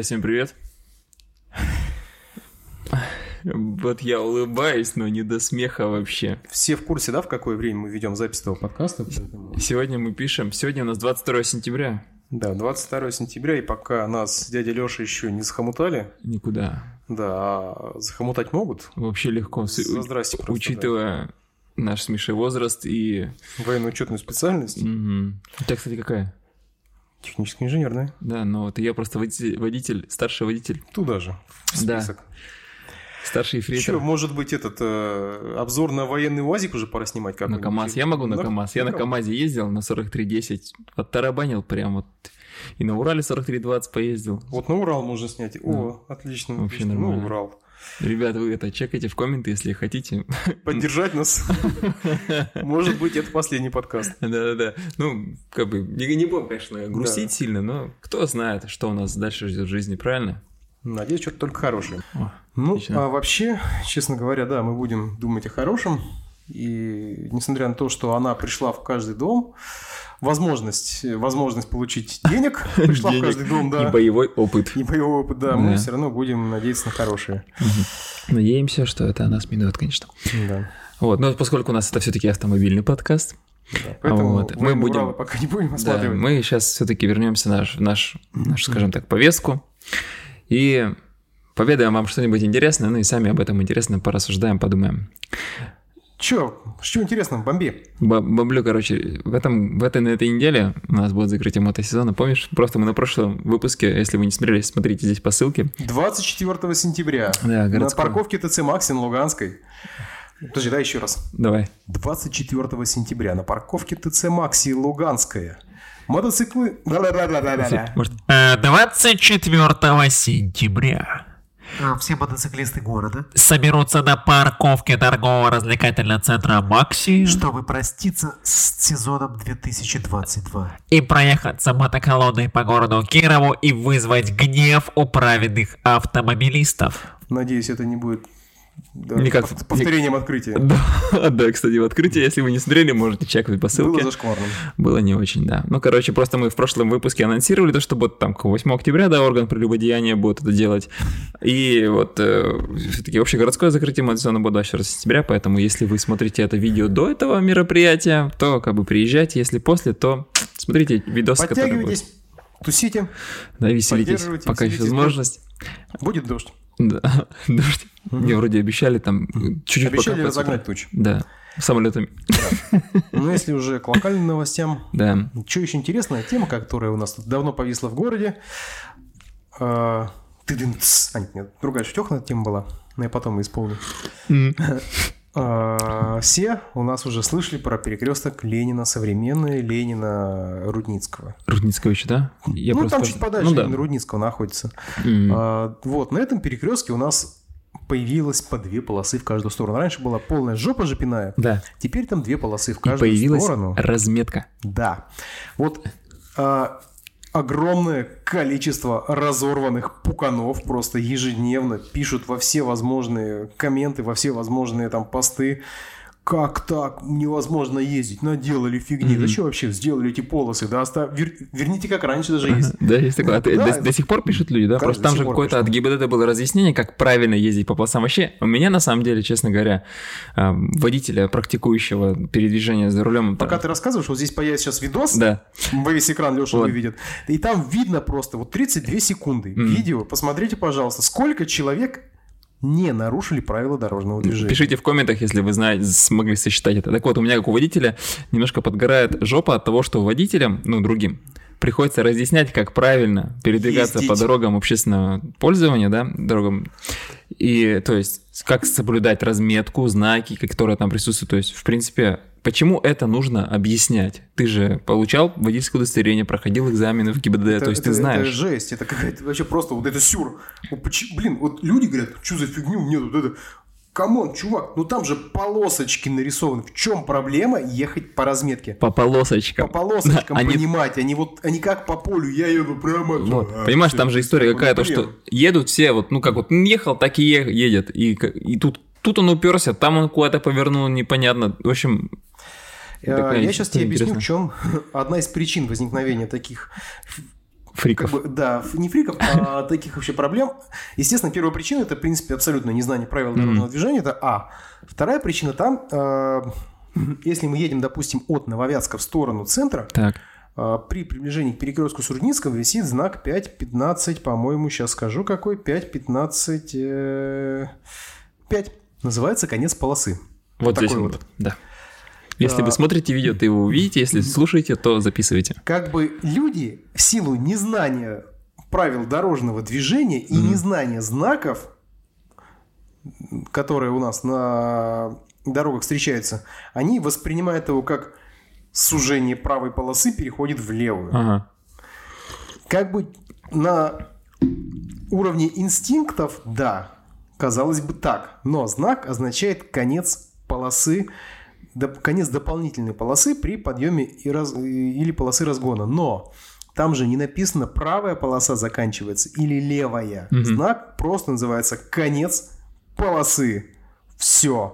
всем привет. Вот я улыбаюсь, но не до смеха вообще. Все в курсе, да, в какое время мы ведем запись этого подкаста? Сегодня у нас 22 сентября. Да, 22 сентября, и пока нас дядя Лёша еще не захомутали... Никуда. Да, а захомутать могут? Вообще легко, здрасте, учитывая наш с Мишей возраст и... Военно-учетную специальность. Угу. У тебя, кстати, какая? Техническая инженерная. Да, но вот я просто водитель, старший водитель. Туда же, в список. Да. Старший ефрейтор. Что, может быть, обзор на военный УАЗик уже пора снимать как-нибудь? На КамАЗ. Я могу на КамАЗ. Я на КамАЗе ездил, на 4310. Оттарабанил прям вот. И на Урале 4320 поездил. Вот на Урал можно снять. О, отлично. Вообще отлично. нормально. Ну, Урал. Ребята, вы чекайте в комменты, если хотите. Поддержать нас. Может быть, это последний подкаст. Да-да-да. Ну, как бы, не будем, конечно, грустить сильно, но кто знает, что у нас дальше ждет в жизни, правильно? Надеюсь, что-то только хорошее. Ну, а вообще, честно говоря, да, мы будем думать о хорошем. И несмотря на то, что она пришла в каждый дом, возможность получить денег пришла в каждый дом, да. И боевой опыт. Да, мы все равно будем надеяться на хорошее. Надеемся, что это нас минует, конечно. Да. Вот, но поскольку у нас это все-таки автомобильный подкаст, да, поэтому мы будем пока не будем осматривать. Да, мы сейчас все-таки вернемся в нашу, скажем так, повестку и поведаем вам что-нибудь интересное, ну и сами об этом интересно порассуждаем, подумаем. Что интересного, бомби? Бомблю, короче, на этой неделе у нас будет закрытие мотосезона, помнишь? Просто мы на прошлом выпуске, если вы не смотрели, смотрите здесь по ссылке. 24 сентября да, на парковке ТЦ «Максим» Луганской. Подожди, да, еще раз. Давай. 24 сентября на парковке ТЦ «Максим» Луганская. Мотоциклы... 24 сентября все мотоциклисты города соберутся на парковке торгово-развлекательного центра «Макси», чтобы проститься с сезоном 2022 и проехаться мотоколонной по городу Кирову и вызвать гнев у праведных автомобилистов. Надеюсь, это не будет повторением открытия. Да, кстати, в открытии, если вы не смотрели, можете чекнуть по ссылке. Было зашкварно. Было не очень, да. Ну, короче, просто мы в прошлом выпуске анонсировали то, что вот там к 8 октября, да, орган прелюбодеяния будет это делать. И вот все-таки общегородское закрытие мотосезона будет 24 сентября, поэтому если вы смотрите это видео до этого мероприятия, то как бы приезжайте, если после, то смотрите видосы, которые будут. Подтягивайтесь, тусите. Да, веселитесь, пока есть возможность. Будет дождь. Да, дождь. Мне вроде обещали там чуть-чуть обещали разогнать тучи. Да, самолетами. Да. Ну, если уже к локальным новостям. Да. Что еще интересная тема, которая у нас тут давно повисла в городе. Нет, другая шутёхная тема была, но я потом исполню. Все у нас уже слышали про перекресток Ленина современный, Ленина Рудницкого. Рудницкого еще, да? Там чуть подальше Ленина Рудницкого находится. Вот, на этом перекрестке у нас появилось по 2 полосы в каждую сторону. Раньше была полная жопа жопиная, да. Теперь там 2 полосы в каждую появилась сторону. Разметка. Да. Вот огромное количество разорванных пуканов просто ежедневно пишут во все возможные комменты, во все возможные там посты. Как так? Невозможно ездить. Наделали фигни. Зачем вообще сделали эти полосы? Да, верните, как раньше даже есть. Да, есть такое. До сих пор пишут люди, да? Просто там же какое-то от ГИБДД было разъяснение, как правильно ездить по полосам. Вообще, у меня на самом деле, честно говоря, водителя, практикующего передвижения за рулем... Пока ты рассказываешь, вот здесь появится сейчас видос. Да. Во весь экран Леша выведет. И там видно просто вот 32 секунды видео. Посмотрите, пожалуйста, сколько человек... не нарушили правила дорожного движения. Пишите в комментах, если вы смогли сосчитать это. Так вот, у меня, как у водителя, немножко подгорает жопа от того, что водителям, другим, приходится разъяснять, как правильно передвигаться по дорогам общественного пользования, да, дорогам. И, то есть, как соблюдать разметку, знаки, которые там присутствуют. То есть, в принципе, почему это нужно объяснять? Ты же получал водительское удостоверение, проходил экзамены в ГИБДД, то есть ты знаешь. Это жесть, это какая-то вообще просто вот это сюр. Блин, вот люди говорят, что за фигню, мне тут это... Камон, чувак, там же полосочки нарисованы. В чем проблема ехать по разметке? По полосочкам. По полосочкам понимать. Они как по полю, я еду прямо. Вот. Понимаешь, там же история какая-то, что едут все, ехал, так и едет. И тут он уперся, там он куда-то повернул, непонятно. В общем... Я сейчас тебе объясню, в чем одна из причин возникновения таких Фриков. Не фриков, а таких вообще проблем. Естественно, первая причина – это, в принципе, абсолютно незнание правил дорожного движения. Это А. Вторая причина там, если мы едем, допустим, от Нововятска в сторону центра, так. При приближении к перекрестку Сурдинского висит знак 5.15, по-моему, сейчас скажу какой, 5.15, 5. Называется конец полосы. Вот здесь вот. Да. Если вы смотрите видео, то его увидите, если слушаете, то записывайте. Как бы люди в силу незнания правил дорожного движения и незнания знаков, которые у нас на дорогах встречаются, они воспринимают его как сужение правой полосы переходит в левую. Ага. Как бы на уровне инстинктов, да, казалось бы так, но знак означает конец полосы, конец дополнительной полосы при подъеме или полосы разгона. Но там же не написано, правая полоса заканчивается или левая. Знак просто называется конец полосы. Все.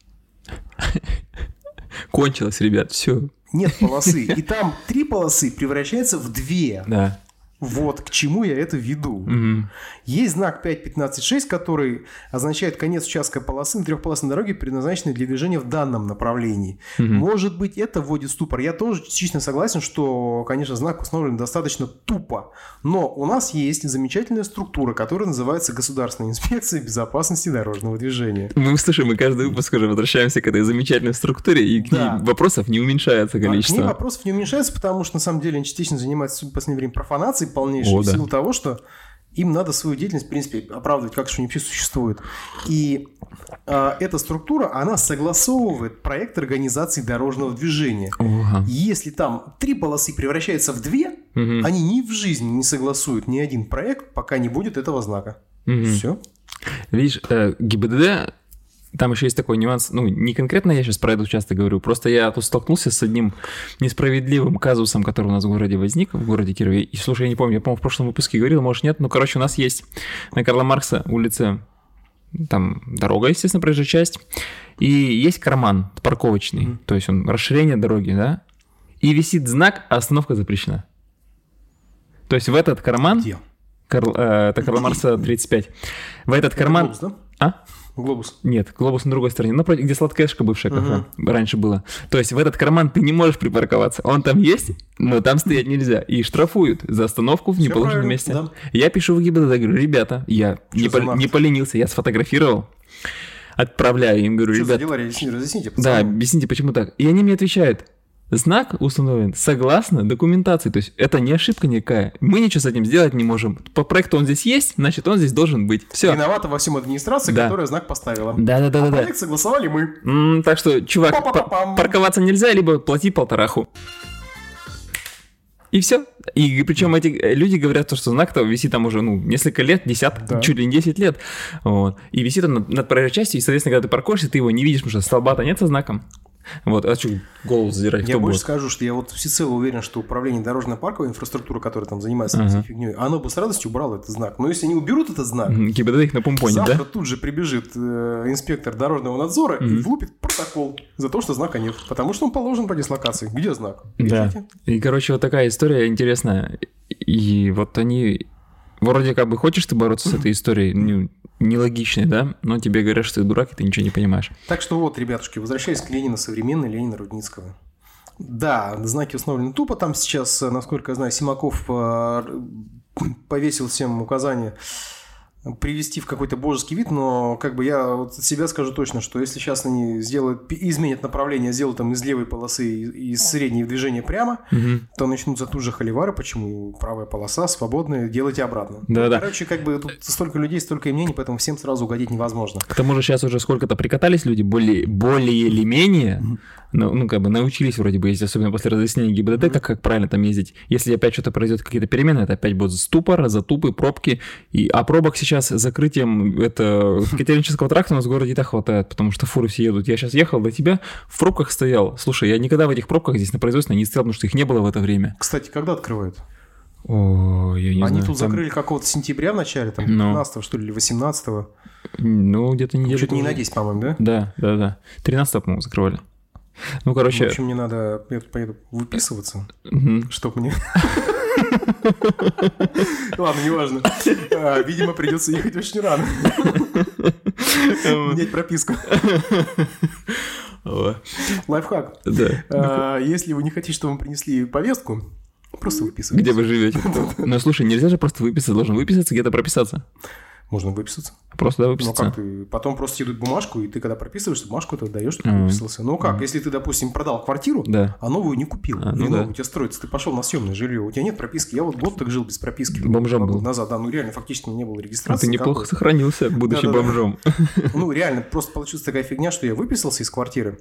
Кончилось, ребят, все. Нет полосы. И там 3 полосы превращаются в 2. Да. Вот к чему я это веду. Есть знак 5.15.6, который означает конец участка полосы на трехполосной дороге, предназначенной для движения в данном направлении. Может быть, это вводит в ступор. Я тоже частично согласен, что, конечно, знак установлен достаточно тупо. Но у нас есть замечательная структура, которая называется Государственная инспекция безопасности дорожного движения. Мы каждый выпуск уже возвращаемся к этой замечательной структуре, и к ней вопросов не уменьшается количество. К ней вопросов не уменьшается, потому что, на самом деле, они частично занимаются в последнее время профанацией полнейшей, в силу того, что им надо свою деятельность, в принципе, оправдывать, как что они вообще существуют. И эта структура, она согласовывает проект организации дорожного движения. Если там 3 полосы превращаются в 2, они ни в жизни не согласуют ни один проект, пока не будет этого знака. Все. Видишь, ГИБДД... Там еще есть такой нюанс, не конкретно я сейчас про этот участок говорю, просто я тут столкнулся с одним несправедливым казусом, который у нас в городе возник, в городе Кирове. И, слушай, я не помню, я, по-моему, в прошлом выпуске говорил, может, нет. У нас есть на Карла Маркса улице, там дорога, естественно, проезжая часть, и есть карман парковочный, то есть он расширение дороги, да, и висит знак «Остановка запрещена». То есть в этот карман... Где? Это Карла Маркса 35. В этот карман... Глобус, да? А? Глобус. Нет, глобус на другой стороне. Напротив, где сладкэшка бывшая кафе раньше было. То есть в этот карман ты не можешь припарковаться. Он там есть, но там стоять нельзя. И штрафуют за остановку в неположенном месте. Да. Я пишу в ГИБДД, говорю, ребята, я не поленился, я сфотографировал, отправляю им, говорю, ребята... Что за дела, разъясните, пацаны. Да, объясните, почему так. И они мне отвечают, знак установлен согласно документации, то есть это не ошибка никакая. Мы ничего с этим сделать не можем. По проекту он здесь есть, значит он здесь должен быть. Все. Виновата во всем администрация, которая знак поставила. Да. Проект согласовали мы. Так что, чувак, парковаться нельзя, либо плати 1,5. И все. И причем эти люди говорят, что знак-то висит там уже несколько лет, чуть ли не 10 лет. Вот. И висит он над проезжей частью, и, соответственно, когда ты паркуешься, ты его не видишь, потому что столба-то нет со знаком. Вот, а что голову задирать? Я больше скажу, что я вот всецело уверен, что управление дорожно-парковой инфраструктурой, которое там занимается этой фигней, оно бы с радостью убрало этот знак. Но если они уберут этот знак, ГИБДД их на помпоне, завтра тут же прибежит инспектор дорожного надзора и влупит протокол за то, что знака нет. Потому что он положен по дислокации. Где знак? Да. И, короче, вот такая история интересная. И вот они... Вроде как бы хочешь ты бороться с этой историей, нелогичной, да? Но тебе говорят, что ты дурак, и ты ничего не понимаешь. Так что вот, ребятушки, возвращаясь к Ленину, современной Ленина Рудницкого. Да, знаки установлены тупо. Там сейчас, насколько я знаю, Симаков повесил всем указания привести в какой-то божеский вид, но как бы я вот от себя скажу точно, что если сейчас они изменят направление, сделают там из левой полосы и из средней в движение прямо, то начнутся тут же холивары, почему правая полоса свободная, делайте обратно. Да. Короче, как бы тут столько людей, столько и мнений, поэтому всем сразу угодить невозможно. К тому же сейчас уже сколько-то прикатались люди, более или менее, как бы научились вроде бы, если особенно после разъяснения ГИБДД, как правильно там ездить. Если опять что-то произойдет, какие-то перемены, это опять будут ступор, затупы, пробки. А пробок сейчас с закрытием Котельнического тракта у нас в городе и так хватает, потому что фуры все едут. Я сейчас ехал до тебя, в пробках стоял. Слушай, я никогда в этих пробках здесь на производственной не стоял, потому что их не было в это время. Кстати, когда открывают? О, я не знаю. Они тут закрыли какого-то сентября в начале, там, 15-го, что ли, или 18-го. Где-то неделю. Чуть не на 10, по-моему, да? Да. 13-го, по-моему, закрывали. Короче... В общем, мне надо... Я тут поеду выписываться, чтоб мне... Ладно, неважно. Видимо, придется ехать очень рано. Менять прописку. Лайфхак. Да. Если вы не хотите, чтобы вам принесли повестку, просто выписывайте. Где вы живете? Ну, слушай, нельзя же просто выписаться, должен выписаться, где-то прописаться. Можно выписаться. Просто, да, выписаться. Ну как ты? Потом просто тебе дают бумажку, и ты когда прописываешься, бумажку ты даешь, что ты выписался. Ну как, если ты, допустим, продал квартиру, а новую не купил, не новую у тебя строится, ты пошел на съемное жилье, у тебя нет прописки. Я вот год так жил без прописки. Бомжом был. Назад, да, ну реально, фактически не было регистрации. Ты неплохо сохранился, будучи бомжом. Ну реально, просто получилась такая фигня, что я выписался из квартиры,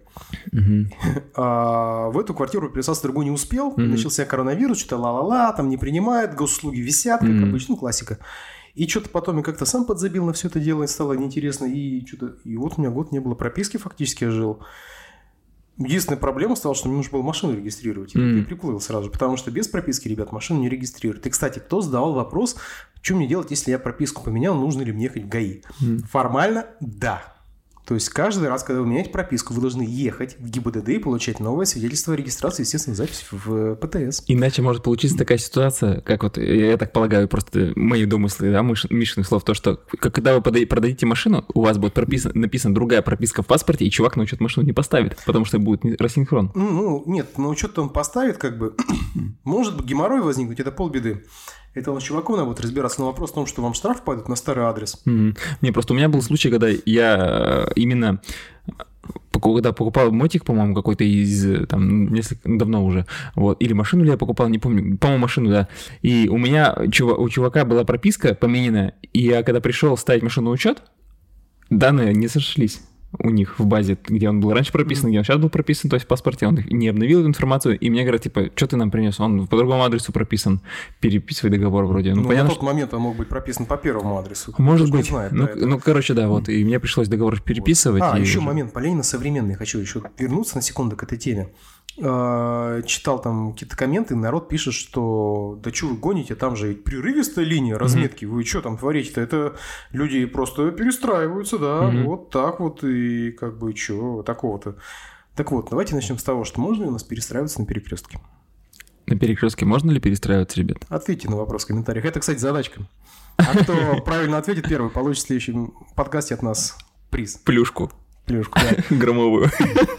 а в эту квартиру переписаться другой не успел, начался коронавирус, что-то ла-ла-ла, там не принимают, госуслуги висят, как обычно, ну классика. И что-то потом я как-то сам подзабил на все это дело, и стало неинтересно. И вот у меня год не было прописки, фактически я жил. Единственная проблема стала, что мне нужно было машину регистрировать. И я приплыл сразу же, потому что без прописки, ребят, машину не регистрируют. И, кстати, кто задавал вопрос, что мне делать, если я прописку поменял, нужно ли мне ехать в ГАИ? Формально – да. То есть каждый раз, когда вы меняете прописку, вы должны ехать в ГИБДД и получать новое свидетельство о регистрации, естественно, запись в ПТС. Иначе может получиться такая ситуация, как вот, я так полагаю, просто мои домыслы, да, Мишиных слов, то, что когда вы продадите машину, у вас будет написана другая прописка в паспорте, и чувак на учет машину не поставит, потому что будет рассинхрон. Ну, нет, на учет он поставит, как бы, может быть, геморрой возникнуть, это полбеды. Это он с чуваком надо будет разбираться, но вопрос в том, что вам штраф пойдет на старый адрес. Не, просто у меня был случай, когда я именно, когда покупал мотик, по-моему, какой-то из, там, несколько, давно уже, вот, или машину ли я покупал, не помню, по-моему, машину, да, и у меня, у чувака была прописка помененная, и я когда пришел ставить машину на учет, данные не сошлись у них в базе, где он был раньше прописан, где он сейчас был прописан, то есть в паспорте он не обновил эту информацию, и мне говорят, типа, что ты нам принес? Он по другому адресу прописан, переписывай договор вроде. Ну понятно, на тот момент он мог быть прописан по первому адресу. Может быть. Знает, короче, да, вот, и мне пришлось договор переписывать. Вот. Еще момент, Полина современный, хочу еще вернуться на секунду к этой теме. Читал там какие-то комменты, народ пишет, что да что вы гоните, там же прерывистая линия разметки, вы что там творите-то? Это люди просто перестраиваются, да, вот так вот, и как бы что такого-то. Так вот, давайте начнем с того, что можно ли у нас перестраиваться на перекрестке? На перекрестке можно ли перестраиваться, ребят? Ответьте на вопрос в комментариях. Это, кстати, задачка. А кто правильно ответит первый, получит в следующем подкасте от нас приз. Плюшку. Плюшку, да. Громовую.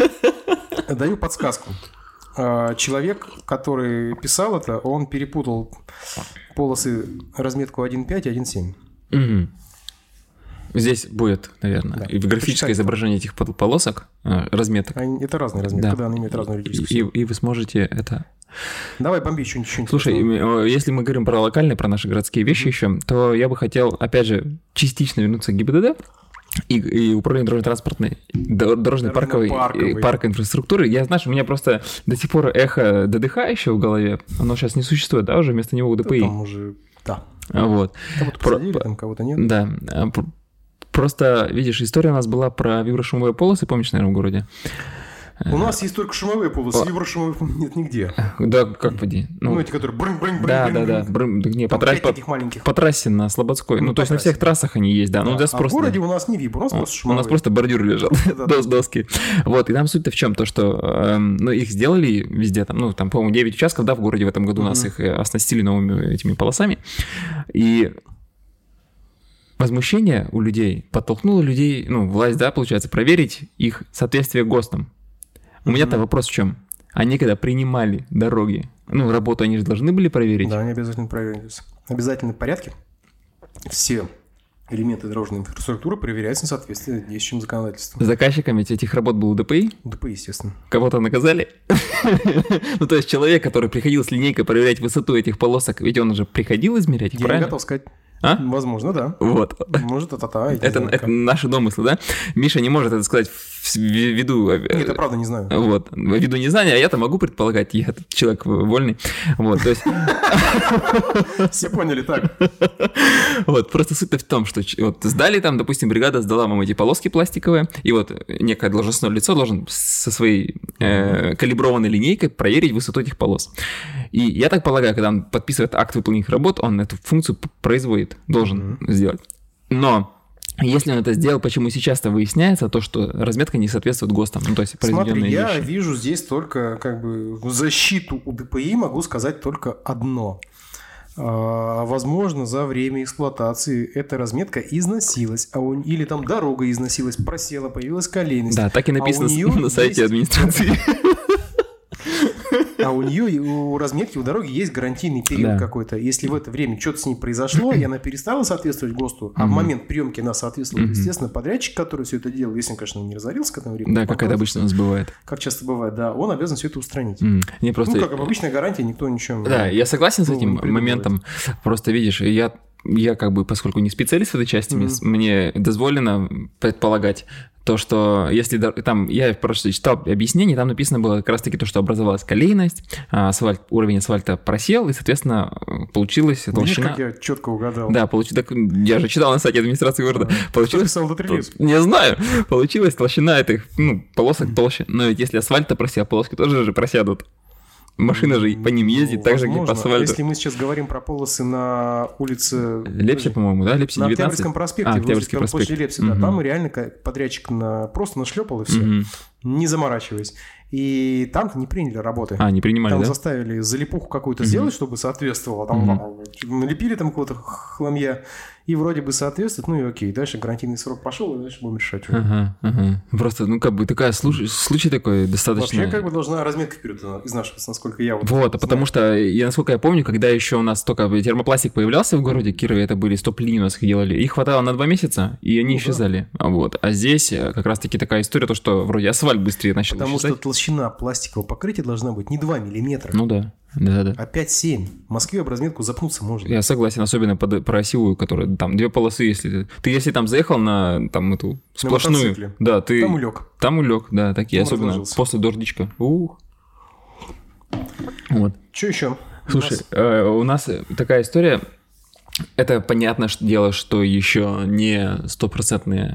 Даю подсказку. Человек, который писал это, он перепутал полосы разметку 1.5 и 1.7. Здесь будет, наверное, и графическое изображение этих полосок, разметок. Это разные разметки, да, они имеют разную юридическую. И вы сможете это... Давай бомби что-нибудь. Слушай, если мы говорим про локальные, про наши городские вещи еще, то я бы хотел, опять же, частично вернуться к ГИБДД. И управление дорожно-транспортной, дорожно-парковой парковой инфраструктуры. Я, знаешь, у меня просто до сих пор эхо ДДХ еще в голове. Оно сейчас не существует, да, уже вместо него УДПИ. Там уже, да. Вот. Кого-то посадили, там кого-то нет. Да. Просто, видишь, история у нас была про виброшумовые полосы, помнишь, наверное, в городе? У нас есть только шумовые полосы, виброшумовых нет нигде. Да, как поди? Ну, эти, которые брынь-брынь-брынь. Да. Не, по трассе на Слободской. Ну, то есть на всех трассах они есть, да. А в городе у нас не виб, у нас просто шумовые. У нас просто бордюр лежал, доски. Вот, и там суть-то в чем? То, что, ну, их сделали везде, там, ну, там, по-моему, 9 участков, да, в городе в этом году у нас их оснастили новыми этими полосами. И... возмущение у людей подтолкнуло людей, ну, власть, да, получается, проверить их соответствие ГОСТам. У меня-то вопрос в чем? Они когда принимали дороги, ну, работу они же должны были проверить? Да, они обязательно проверились. В обязательном порядке все элементы дорожной инфраструктуры проверяются на соответствие действующим законодательством. Заказчиками этих работ был УДПИ? УДПИ, естественно. Кого-то наказали? Ну, то есть человек, который приходил с линейкой проверять высоту этих полосок, ведь он уже приходил измерять их, правильно? Я не готов сказать. А? Возможно, да. Вот. Может, это наши домыслы, да? Миша не может это сказать ввиду... Нет, я правда не знаю. Вот. Ввиду незнания, а я-то могу предполагать, я человек вольный. Вот, то есть... Все поняли так. Вот, просто суть-то в том, что вот сдали там, допустим, бригада сдала вам эти полоски пластиковые, и вот некое должностное лицо должен со своей калиброванной линейкой проверить высоту этих полос. И я так полагаю, когда он подписывает акт выполненных работ, он эту функцию производит, должен сделать. Но если он это сделал, почему сейчас-то выясняется то, что разметка не соответствует ГОСТам, ну, то есть произведенные вещи. Я вижу здесь только как бы в защиту УДПИ могу сказать только одно. Возможно, за время эксплуатации эта разметка износилась, или там дорога износилась, просела, появилась колейность. Да, так и написано на сайте администрации. А у нее, у разметки, у дороги есть гарантийный период какой-то. Если в это время что-то с ней произошло, и она перестала соответствовать ГОСТу, а в момент приемки она соответствовала, естественно, подрядчик, который все это делал, если он, конечно, не разорился к этому времени. Да, как это обычно у нас бывает. Как часто бывает, да, он обязан все это устранить. Не просто... как обычная гарантия, никто ничего... Да, я согласен с этим моментом. Просто, видишь, я как бы, поскольку не специалист в этой части, мне дозволено предполагать то, что если там, я просто читал объяснение, там написано было как раз-таки то, что образовалась колейность, уровень асфальта просел, и, соответственно, получилась толщина... Видишь, как я четко угадал. Да, я же читал на сайте администрации города. Получилось... Не знаю. Получилась толщина этих полосок толще. Но ведь если асфальт-то просел, полоски тоже же просядут. Машина же по ним ездит так же, как по асфальту. Если мы сейчас говорим про полосы на улице... Лепси, по-моему, да? Лепси 19? На Октябрьском проспекте. Октябрьский проспект. Лепси, да. Там реально подрядчик просто нашлепал и все, не заморачиваясь. И там-то не приняли работы. Не принимали, там да? заставили залипуху какую-то сделать, чтобы соответствовало. Там налепили там какого-то хламья, и вроде бы соответствует, и окей. Дальше гарантийный срок пошел, и дальше будем решать. Просто, такая случай такой достаточно... Вообще, должна разметка вперед изнашиваться, насколько я потому что, насколько я помню, когда еще у нас только термопластик появлялся в городе Кирове, это были стоп-линии у нас их делали, их хватало на 2 месяца, и они исчезали. А здесь как раз-таки такая история, то, что вроде асфальт быстрее начал Потому исчезать. что толщина пластикового покрытия должна быть не 2 миллиметра. Да. А 5-7. В Москве об разметку запнуться можно. Я согласен, особенно про осевую, которая там 2 полосы, если там заехал на там эту сплошную, да, ты там улег, да, такие, там особенно после дождичка. Вот. Что еще? Слушай, у нас такая история. Это понятное дело, что еще не 100%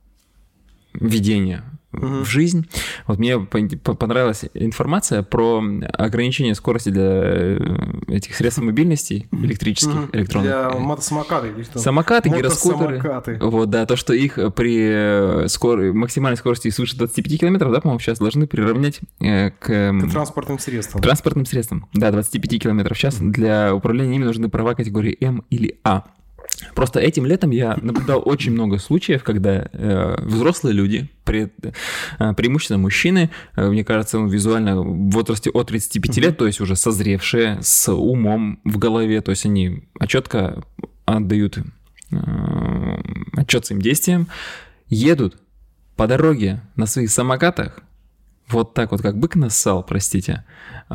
введение в жизнь. Вот мне понравилась информация про ограничение скорости для этих средств мобильности электрических, электронных. Для мотосамокаты. Самокаты, гироскутеры. Вот, да, то, что их при максимальной скорости свыше 25 километров, да, по-моему, сейчас должны приравнять к транспортным средствам. Транспортным средствам, да, 25 километров в час. Для управления ими нужны права категории М или А. Просто этим летом я наблюдал очень много случаев, когда взрослые люди, преимущественно мужчины, мне кажется, визуально в возрасте от 35 лет, то есть уже созревшие, с умом в голове, то есть они четко отдают отчет своим действиям, едут по дороге на своих самокатах, вот так вот, как бык нассал, простите,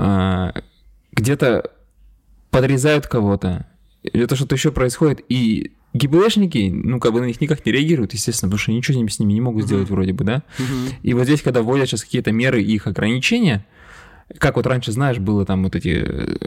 где-то подрезают кого-то, или то, что-то еще происходит, и ГИБДшники, на них никак не реагируют, естественно, потому что ничего с ними не могут сделать вроде бы, да? И вот здесь, когда вводят сейчас какие-то меры и их ограничения, как вот раньше, знаешь, было там вот эти,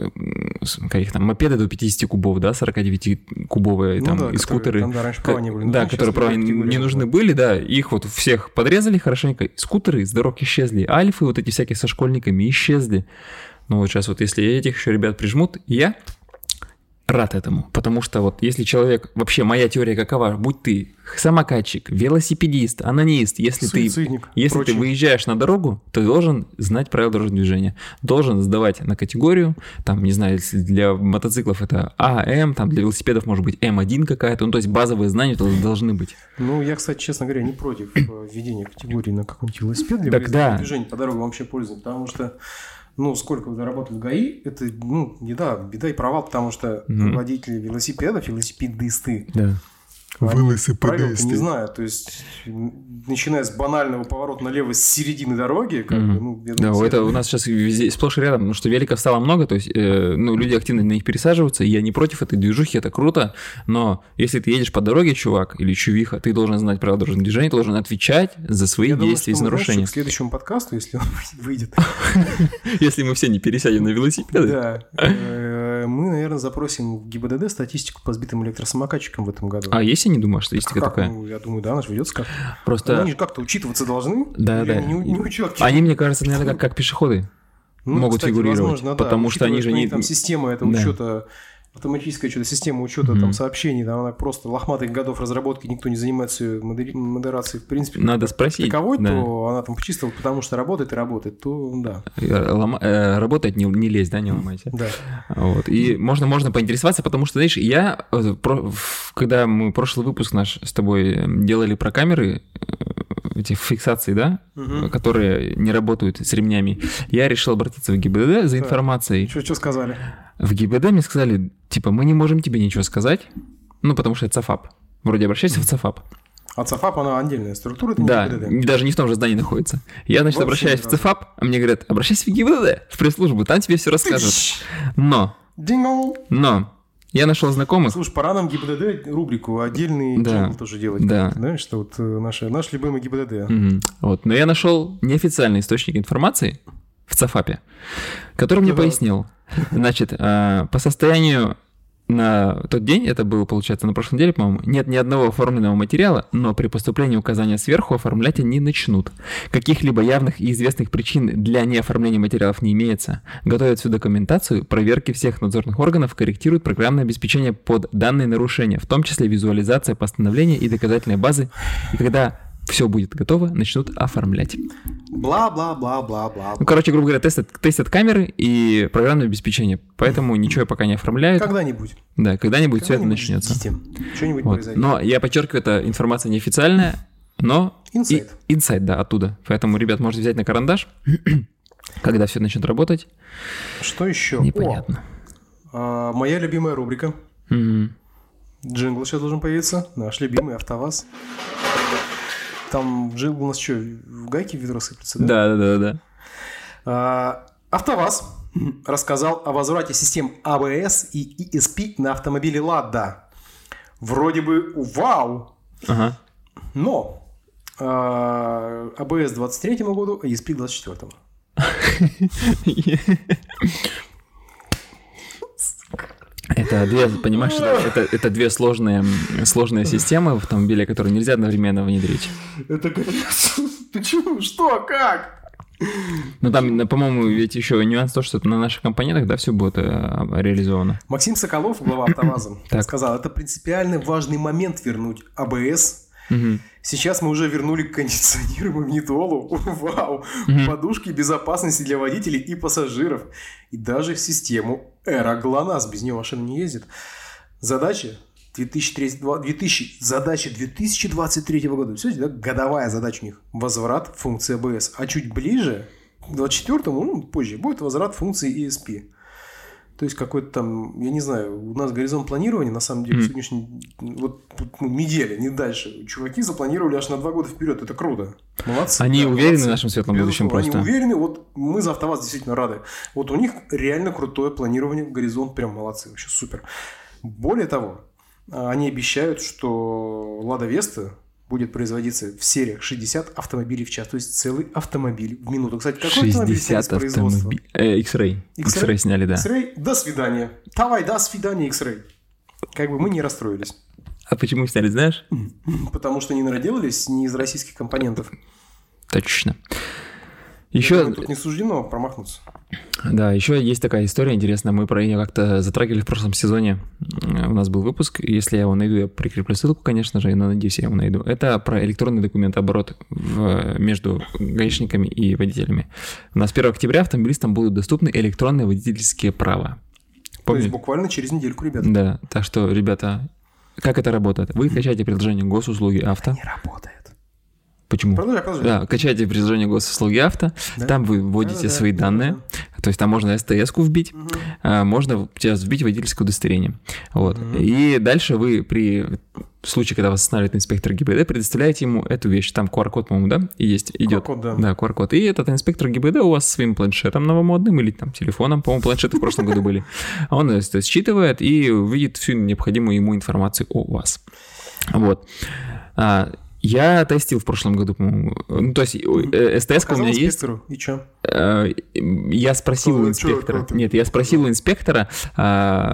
мопеды до 50 кубов, да, 49-кубовые, и скутеры. Там, да, раньше права не были. Да, которые права не нужны были, да, их вот всех подрезали хорошенько, скутеры с дорог исчезли, альфы вот эти всякие со школьниками исчезли. Вот сейчас вот если этих еще ребят прижмут, я рад этому, потому что вот если человек, вообще моя теория какова, будь ты самокатчик, велосипедист, анонист, если ты выезжаешь на дорогу, ты должен знать правила дорожного движения, должен сдавать на категорию, там, не знаю, если для мотоциклов это АМ, там для велосипедов может быть М1 какая-то, то есть базовые знания должны быть. Я, кстати, честно говоря, не против введения категории на какой-нибудь велосипед для движения по дорогам вообще пользуется, потому что сколько вы работали в ГАИ, это, беда и провал, потому что водители велосипедов, велосипедисты, велосипедисты, не знаю, то есть, начиная с банального поворота налево с середины дороги, это у нас сейчас везде сплошь и рядом, потому что великов стало много, то есть, люди активно на них пересаживаются, и я не против этой движухи, это круто, но если ты едешь по дороге, чувак, или чувиха, ты должен знать правила дорожного движения, ты должен отвечать за свои действия, за нарушения. К следующему подкасту, если он выйдет. Если мы все не пересядем на велосипеды. Да. Мы, наверное, запросим в ГИБДД статистику по сбитым электросамокатчикам в этом году. А есть, я не думаю, статистика такая? Я думаю, да, она же ведется как-то. Просто... Они же как-то учитываться должны. Да. Не учетки. Они, мне кажется, наверное, как пешеходы могут фигурировать. Возможно, потому что они же не... Там система этого учета Автоматическая что-то система учета там сообщений, там она просто лохматых годов разработки, никто не занимается ее модерацией, в принципе. Надо спросить. Таковой, то она там чисто потому что работает и работает, то да. Работать не лезь, да, не ломайте. Да. Вот. И можно поинтересоваться, потому что, знаешь, когда мы прошлый выпуск наш с тобой делали про камеры, эти фиксации, да, которые не работают с ремнями, я решил обратиться в ГИБДД за информацией. Что сказали? В ГИБДД мне сказали, типа, мы не можем тебе ничего сказать, ну, потому что это ЦАФАП. Вроде обращайся в ЦАФАП. А ЦАФАП, она отдельная структура, это да, не ГИБДД. Даже не в том же здании находится. Я, значит, обращаюсь в ЦАФАП, а мне говорят, обращайся в ГИБДД, в пресс-службу, там тебе все расскажут. Но я нашел знакомых. Слушай, пора нам ГИБДД рубрику, отдельный джингл тоже делать. Да. Знаешь, что вот наш любимый ГИБДД. Вот. Но я нашел неофициальный источник информации в ЦАФАПе, который мне пояснил. Значит, по состоянию на тот день, это было, получается, на прошлой неделе, по-моему, нет ни одного оформленного материала, но при поступлении указания сверху оформлять они начнут. Каких-либо явных и известных причин для неоформления материалов не имеется. Готовят всю документацию, проверки всех надзорных органов, корректируют программное обеспечение под данные нарушения, в том числе визуализация постановления и доказательной базы. И когда все будет готово, начнут оформлять. Бла-бла-бла-бла-бла. Ну, короче, грубо говоря, тестят камеры и программное обеспечение. Поэтому ничего пока не оформляют. Когда-нибудь. Да, когда-нибудь все это начнется. Что-нибудь произойдет. Но я подчеркиваю, это информация неофициальная, но... Инсайт, да, оттуда. Поэтому, ребят, можете взять на карандаш, когда все начнет работать. Что еще? Непонятно. Моя любимая рубрика. Джингл сейчас должен появиться. Наш любимый АвтоВАЗ. Там джингл у нас что, в гайки в ведро сыплется, да? Да. АвтоВАЗ рассказал о возврате систем АБС и ESP на автомобиле Лада. Вроде бы вау! Ага. Но АБС 23-му году, а ESP 24-му. Это две, понимаешь, это две сложные системы в автомобиле, которые нельзя одновременно внедрить. Это почему? Что? Как? Ну там, по-моему, ведь еще нюанс то, что на наших компонентах, да, все будет реализовано. Максим Соколов, глава АвтоВАЗа, сказал, это принципиально важный момент вернуть АБС. Сейчас мы уже вернули кондиционер, магнитолу, вау, подушки безопасности для водителей и пассажиров, и даже систему Эра-ГЛОНАСС, без нее машина не ездит. Задача 2023 года, все, да, годовая задача у них, возврат функции АБС, а чуть ближе, к 24-му, позже, будет возврат функции ESP. То есть какой-то там, я не знаю, у нас горизонт планирования, на самом деле, сегодняшний, вот неделя, не дальше. Чуваки запланировали аж на 2 года вперед, это круто. Молодцы. Они уверены в нашем светлом будущем просто. Они уверены, вот мы за АвтоВАЗ действительно рады. Вот у них реально крутое планирование, горизонт прям молодцы, вообще супер. Более того, они обещают, что Лада Веста будет производиться в сериях 60 автомобилей в час, то есть целый автомобиль в минуту. Кстати, какой автомобиль снят с производства? X-Ray. X-Ray сняли, да. X-Ray, до свидания. Давай, до свидания, X-Ray. Как бы мы не расстроились. А почему сняли, знаешь? Потому что не наделались не из российских компонентов. Точно. Еще... Тут не суждено промахнуться. Да, еще есть такая история интересная, мы про нее как-то затрагивали в прошлом сезоне, у нас был выпуск, если я его найду, я прикреплю ссылку, конечно же, но надеюсь, я его найду. Это про электронный документооборот между гаишниками и водителями. У нас 1 октября автомобилистам будут доступны электронные водительские права. То есть буквально через недельку, ребята. Да, так что, ребята, как это работает? Вы качаете приложение Госуслуги Авто. Не работает. Почему? Продолжай. Да, качайте приложение Госуслуги Авто, да? Там вы вводите свои данные, то есть там можно СТС-ку вбить, можно сейчас вбить водительское удостоверение. Вот. И дальше вы при случае, когда вас останавливает инспектор ГИБДД, предоставляете ему эту вещь. Там QR-код, по-моему, да, идет. QR-код, да. Да, QR-код. И этот инспектор ГИБДД у вас своим планшетом новомодным или там телефоном, по-моему, планшеты в прошлом году были, он это считывает и увидит всю необходимую ему информацию о вас. Вот. Я тестил в прошлом году, по-моему. Ну, то есть, СТС-ка у меня есть. И что? Я спросил у инспектора. Нет, я спросил у инспектора,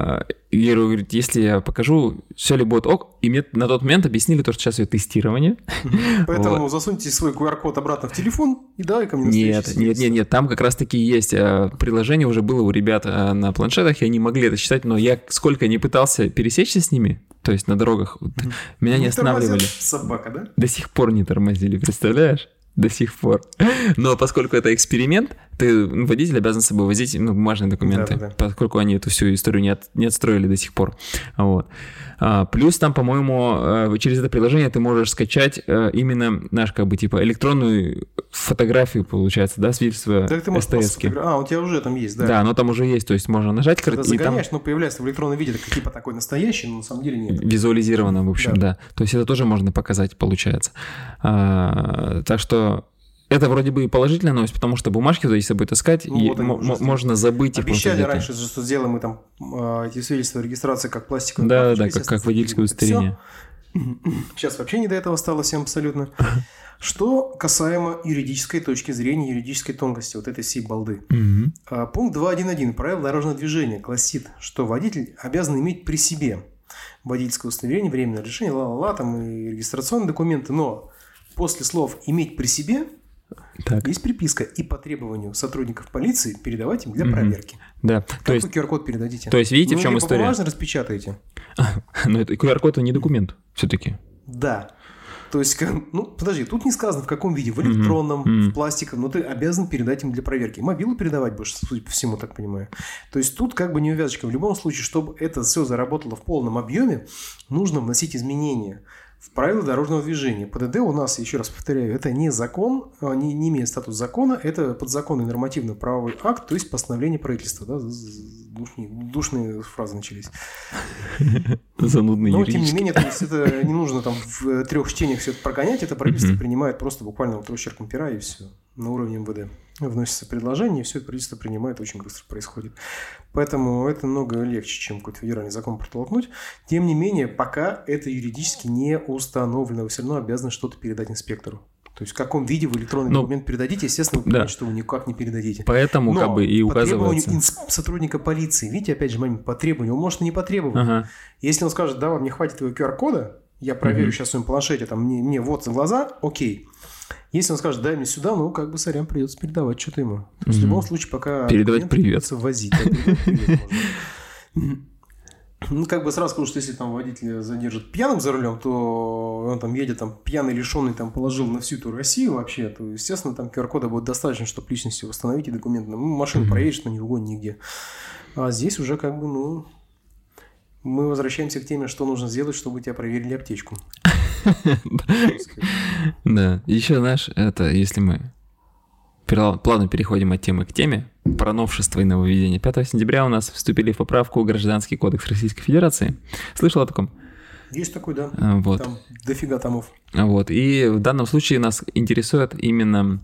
я говорю, если я покажу, все ли будет ок, и мне на тот момент объяснили то, что сейчас ее тестирование. Поэтому засуньте свой QR-код обратно в телефон и давай ко мне Нет, там как раз-таки есть приложение уже было у ребят на планшетах, и они могли это читать, но я сколько не пытался пересечься с ними, то есть на дорогах, меня не останавливали. Собака, да? До сих пор не тормозили, представляешь? До сих пор. Но поскольку это эксперимент, водитель обязан с собой возить бумажные документы, поскольку они эту всю историю не отстроили до сих пор. Вот. Плюс там, по-моему, через это приложение ты можешь скачать именно наш, электронную фотографию, получается, да, свидетельство СТС-ки. У тебя уже там есть, да? Да, оно там уже есть, то есть можно нажать. Когда загоняешь, появляется в электронном виде, типа такой настоящий, но на самом деле нет. Визуализировано, в общем, да. То есть это тоже можно показать, получается. Так что это вроде бы и положительная новость, потому что бумажки туда, если будет искать, можно забыть их. Обещали раньше, что сделаем мы там эти свидетельства регистрации как пластиковые. Да, как водительское удостоверение. Сейчас вообще не до этого стало всем абсолютно. Что касаемо юридической точки зрения, юридической тонкости вот этой всей балды. Пункт 2.1.1 правил дорожного движения гласит, что водитель обязан иметь при себе водительское удостоверение, временное разрешение, там и регистрационные документы, но после слов «иметь при себе» есть приписка «и по требованию сотрудников полиции передавать им для проверки». Да. Как вы QR-код передадите? То есть, видите, в чем история? Бумажно распечатаете. Но это QR-код – это не документ все-таки. Да. То есть, подожди, тут не сказано в каком виде, в электронном, в пластиковом, но ты обязан передать им для проверки. Мобилу передавать будешь, судя по всему, так понимаю. То есть, тут неувязочка. В любом случае, чтобы это все заработало в полном объеме, нужно вносить изменения в правила дорожного движения. ПДД у нас, еще раз повторяю, это не закон, не имеет статус закона, это подзаконный нормативно-правовой акт, то есть постановление правительства. Да? Душные фразы начались. Занудный юридический. Но, тем не менее, то есть это не нужно там в 3 чтениях все это прогонять, это правительство принимает просто буквально росчерком пера и все. На уровне МВД вносится предложение, и все это правительство принимает, очень быстро происходит. Поэтому это много легче, чем какой-то федеральный закон протолкнуть. Тем не менее, пока это юридически не установлено, вы все равно обязаны что-то передать инспектору. То есть в каком виде вы электронный документ передадите, естественно, вы понимаете, что вы никак не передадите. Поэтому и указывается. По требованию сотрудника полиции, видите, опять же, момент, по требованию, он может и не по требованию. Если он скажет, да, вам не хватит твоего QR-кода, я проверю сейчас в своем планшете, там, мне вот за глаза, окей. Если он скажет, дай мне сюда, сорян, придется передавать что-то ему. То есть в любом случае, пока передавать привет. Придется возить. Сразу скажу, что если там водителя задержат пьяным за рулем, то он там едет там пьяный, лишенный, там положил на всю эту Россию вообще, то, естественно, там QR-кода будет достаточно, чтобы личности восстановить и документы. Машину проедешь, но не в угоне нигде. А здесь уже мы возвращаемся к теме, что нужно сделать, чтобы тебя проверили аптечку. Да, еще это если мы плавно переходим от темы к теме, про новшества и нововведения. 5 сентября у нас вступили в поправку Гражданский кодекс Российской Федерации. Слышал о таком? Есть такой, да. Вот. Там дофига томов. Вот. И в данном случае нас интересует именно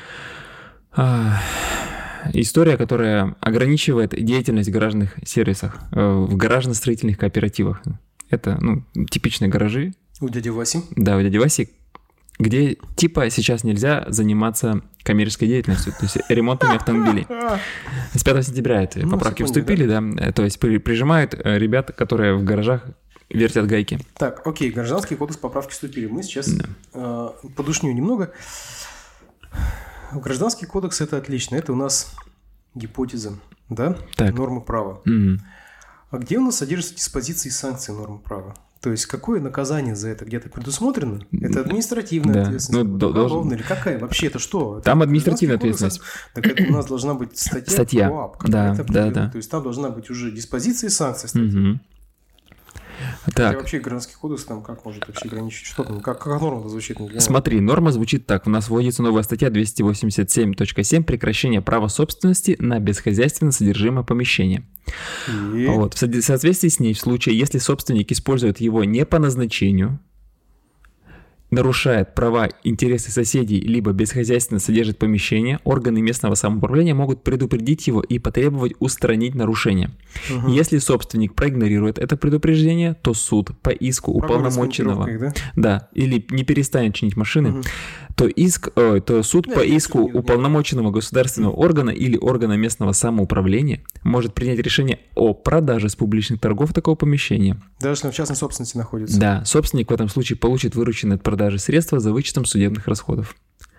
история, которая ограничивает деятельность в гаражных сервисах, в гаражно-строительных кооперативах. Это, типичные гаражи. У дяди Васи. Да, у дяди Васи, где сейчас нельзя заниматься коммерческой деятельностью, то есть ремонтами автомобилей. С 5 сентября эти поправки вступили, да, то есть прижимают ребят, которые в гаражах вертят гайки. Так, окей, Гражданский кодекс поправки вступили. Мы сейчас подушню немного. Гражданский кодекс – это отлично, это у нас гипотеза, да, нормы права. А где у нас содержатся диспозиции и санкции нормы права? То есть, какое наказание за это где-то предусмотрено? Это административная ответственность, уголовная или какая? Вообще это что? Там административная ответственность. Так это у нас должна быть статья. КоАП, да. То есть, там должна быть уже диспозиции и санкции. Так. Вообще Гражданский кодекс там как может вообще ограничить? Что там? Как норма звучит? Смотри, норма звучит так. У нас вводится новая статья 287.7 «Прекращение права собственности на бесхозяйственное содержимое помещения». Вот. В соответствии с ней, в случае, если собственник использует его не по назначению, нарушает права, интересы соседей, либо бесхозяйственно содержит помещение, органы местного самоуправления могут предупредить его и потребовать устранить нарушение. Если собственник проигнорирует это предупреждение, то суд по иску уполномоченного, или не перестанет чинить машины, то суд по иску уполномоченного государственного органа или органа местного самоуправления может принять решение о продаже с публичных торгов такого помещения. Даже если он в частной собственности находится. Да, собственник в этом случае получит вырученные от продажи средства за вычетом судебных расходов.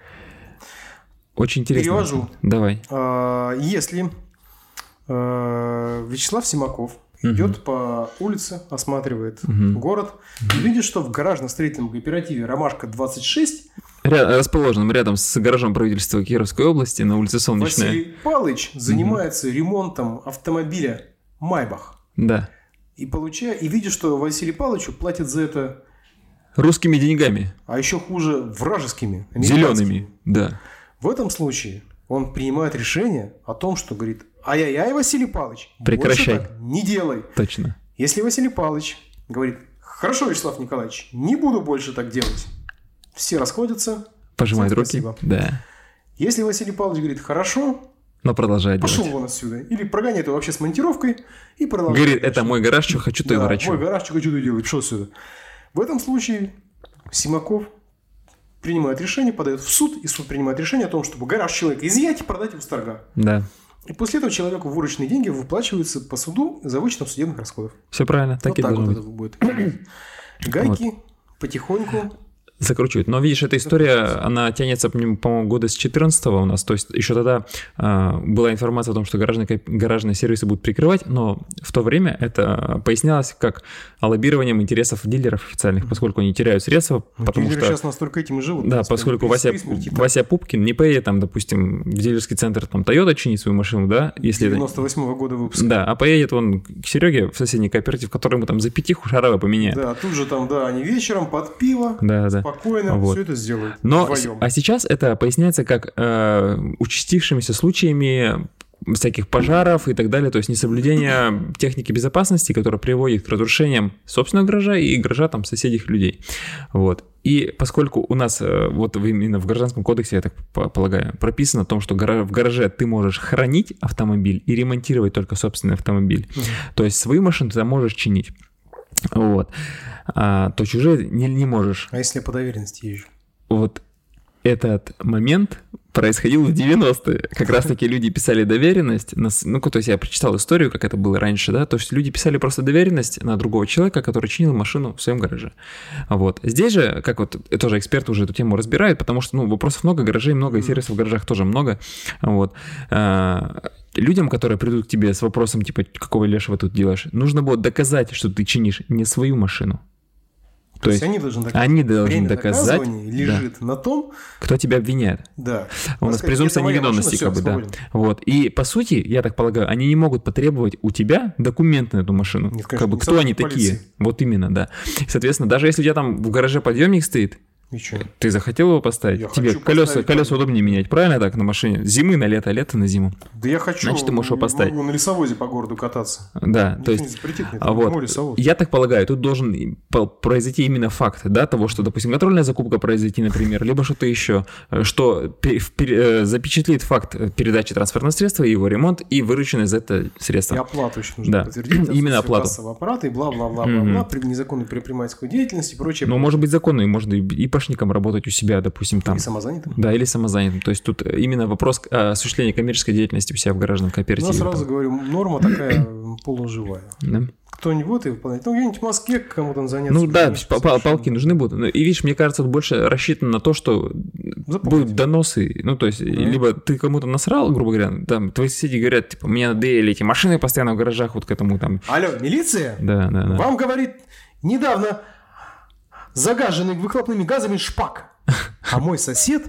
Очень интересно. Перевожу. Давай. Если Вячеслав Симаков идет по улице, осматривает город, и видит, что в гаражно-строительном кооперативе «Ромашка-26», расположенном рядом с гаражом правительства Кировской области на улице Солнечная, Василий Палыч занимается ремонтом автомобиля «Майбах». Да. И видит, что Василию Палычу платят за это русскими деньгами. А еще хуже, вражескими. Зелеными, да. В этом случае он принимает решение о том, что говорит: ай-яй-яй, Василий Павлович, прекращай. Больше так не делай. Точно. Если Василий Павлович говорит: хорошо, Вячеслав Николаевич, не буду больше так делать, все расходятся. Пожимают руки. Спасибо. Да. Если Василий Павлович говорит: хорошо, но продолжает делать. Пошел вон отсюда. Или прогоняет его вообще с монтировкой и продолжает. Говорит: это мой гараж, что хочу, то и ворочу. Мой гараж, что хочу, то и делаю. Пошел отсюда. В этом случае Симаков принимает решение, подает в суд, и суд принимает решение о том, чтобы гараж человека изъять и продать его с торга. Да. И после этого человеку вырученные деньги выплачиваются по суду за вычетом судебных расходов. Все правильно, так вот и так должно вот быть. Это будет. Гайки потихоньку закручивают. Но видишь, эта история, она тянется, по-моему, года с 14-го у нас. То есть еще тогда была информация о том, что гаражные сервисы будут прикрывать, но в то время это пояснялось как лоббированием интересов дилеров официальных, поскольку они теряют средства. Потому дилеры что сейчас настолько этим и живут. Да, поскольку Вася Пупкин не поедет, там, допустим, в дилерский центр там Toyota чинить свою машину, да, если 98-го года выпуска. Да, а поедет он к Сереге в соседний кооператив, который ему там за пятиху шаровые поменяет. Да, тут же там, да, они вечером под пиво, спокойно вот. Все это сделают. А сейчас это поясняется как участившимися случаями всяких пожаров и так далее, то есть несоблюдение техники безопасности, которая приводит к разрушениям собственного гаража и гаража там соседних людей. Вот. И поскольку у нас вот именно в Гражданском кодексе, я так полагаю, прописано о том, что в гараже ты можешь хранить автомобиль и ремонтировать только собственный автомобиль, то есть свою машину ты там можешь чинить. Вот. То чужие не можешь. А если я по доверенности езжу? Вот этот момент происходил в 90-е. Как раз-таки люди писали доверенность. Ну, то есть я прочитал историю, как это было раньше, да, то есть люди писали просто доверенность на другого человека, который чинил машину в своем гараже. Вот. Здесь же, как вот тоже эксперты уже эту тему разбирают, потому что, вопросов много, гаражей много, и сервисов в гаражах тоже много. Вот. Людям, которые придут к тебе с вопросом, типа, какого лешего тут делаешь, нужно было доказать, что ты чинишь не свою машину. То есть они должны доказать, лежит на том, кто тебя обвиняет. Да. У нас презумпция невиновности, как бы, да. Вот. И по сути, я так полагаю, они не могут потребовать у тебя документы на эту машину. Нет, конечно, как бы, кто они такие? Вот именно, да. И, соответственно, даже если у тебя там в гараже подъемник стоит, ты захотел его поставить? Тебе колеса удобнее менять, правильно так, на машине? Зимы на лето, лето на зиму. Да я хочу. Значит, ты можешь его поставить. Могу на лесовозе по городу кататься. Да, то есть, я так полагаю, тут должен произойти именно факт, да, того, что, допустим, контрольная закупка произойти, например, либо что-то еще, что запечатлит факт передачи транспортного средства, его ремонт и вырученные за это средства. И оплату еще нужно подтвердить. Именно оплату. Аппарат и бла-бла-бла-бла-бла, незаконной предпринимательской деятельности и прочее. Ну, может быть, законно, можно и пашником работать у себя, допустим, там. Или самозанятым. Да, или самозанятым. То есть тут именно вопрос осуществления коммерческой деятельности у себя в гаражном кооперативе. Ну, сразу говорю, норма такая полуживая. Да. Кто-нибудь и выполняет. Ну, где-нибудь в Москве кому-то заняться. Ну да, палки нужны будут. И видишь, мне кажется, больше рассчитано на то, что будут доносы. Ну, то есть, либо ты кому-то насрал, грубо говоря, там, твои соседи говорят, типа, мне надоели эти машины постоянно в гаражах, вот к этому там. Алло, милиция? Да. Вам говорит недавно загаженный выхлопными газами шпак. А мой сосед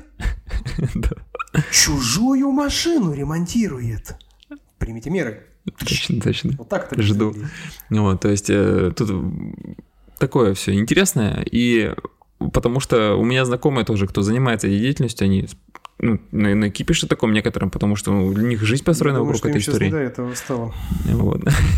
чужую машину ремонтирует. Примите меры. Точно. Вот так это жду. Вот, то есть тут такое все интересное, и потому что у меня знакомые тоже, кто занимается этой деятельностью, они накипише таком некоторым, потому что у них жизнь построена вокруг этой истории. Не до этого стало. Вот.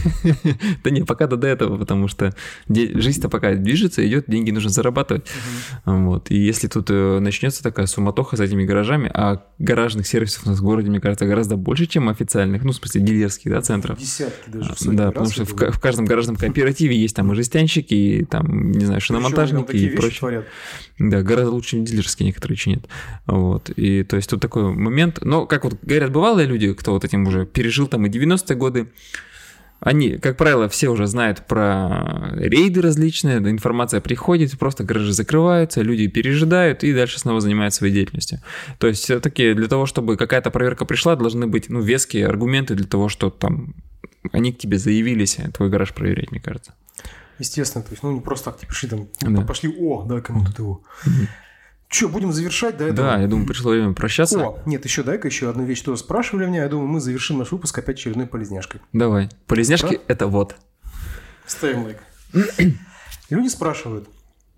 Да не, пока до этого, потому что жизнь-то пока движется, идет, деньги нужно зарабатывать. Вот. И если тут начнется такая суматоха с этими гаражами, а гаражных сервисов у нас в городе, мне кажется, гораздо больше, чем официальных, в смысле дилерских, да, центров. Десятки даже. Да, потому что в каждом гаражном кооперативе есть там и жестянщики, и там, не знаю, шиномонтажники и прочее. Да, гораздо лучше, чем дилерские некоторые чинят. Вот. И то есть тут такой момент. Но, как вот говорят бывалые люди, кто вот этим уже пережил там и 90-е годы, они, как правило, все уже знают про рейды различные, информация приходит, просто гаражи закрываются, люди пережидают и дальше снова занимаются своей деятельностью. То есть все-таки для того, чтобы какая-то проверка пришла, должны быть веские аргументы для того, что там они к тебе заявились, твой гараж проверять, мне кажется. Естественно, то есть, не просто так, пришли там, пошли, давай кому-то его. Че, будем завершать, да? Да, я думаю, пришло время прощаться. Нет, дай-ка еще одну вещь, тоже спрашивали меня. Я думаю, мы завершим наш выпуск опять очередной полезняшкой. Давай. Полезняшки – это вот. Ставим лайк. Люди спрашивают,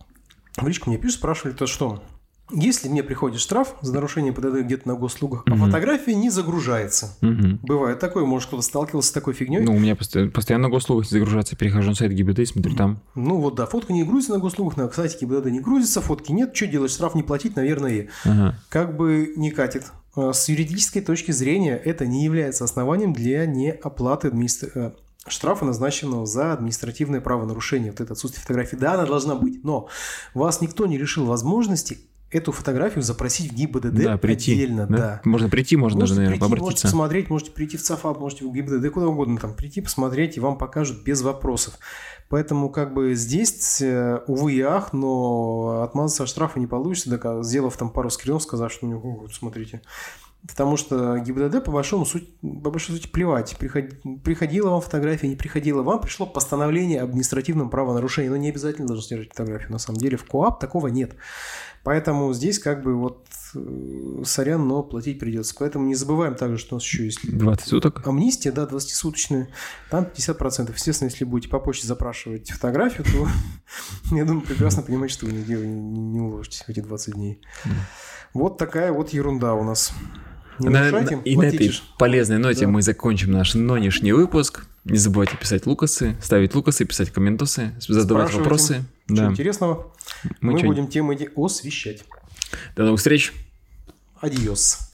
в личку мне пишут, спрашивали то, что если мне приходит штраф за нарушение ПДД где-то на госуслугах, а фотография не загружается. Бывает такое, может, кто-то сталкивался с такой фигней. У меня постоянно на госуслугах загружается, перехожу на сайт ГИБДД и смотрю там. Фотка не грузится на госуслугах, на сайте ГИБДД не грузится, фотки нет, что делать, штраф не платить, наверное, как бы не катит. С юридической точки зрения это не является основанием для неоплаты штрафа, назначенного за административное правонарушение. Вот это отсутствие фотографии. Да, она должна быть, но вас никто не лишил возможности эту фотографию запросить в ГИБДД прийти, отдельно. Да. Можно прийти, можно даже, наверное, обратиться. Можете посмотреть, можете прийти в ЦАФАП, можете в ГИБДД, куда угодно там прийти, посмотреть, и вам покажут без вопросов. Поэтому как бы здесь, увы и ах, но отмазаться от штрафа не получится, сделав там пару скринов, сказав, что смотрите. Потому что ГИБДД по большой сути плевать. Приходила вам фотография, не приходила вам, пришло постановление об административном правонарушении. Но не обязательно должен содержать фотографию. На самом деле в КоАП такого нет. Поэтому здесь как бы сорян, но платить придется. Поэтому не забываем также, что у нас еще есть 20 суток. Амнистия, да, 20-суточная. Там 50%. Естественно, если будете по почте запрашивать фотографию, то я думаю, прекрасно понимаете, что вы не уложитесь в эти 20 дней. Вот такая вот ерунда у нас. И на этой полезной ноте мы закончим наш нынешний выпуск. Не забывайте писать лукасы, ставить лукасы, писать комментосы, задавать вопросы. Что интересного мы будем темы освещать. До новых встреч. Адьос.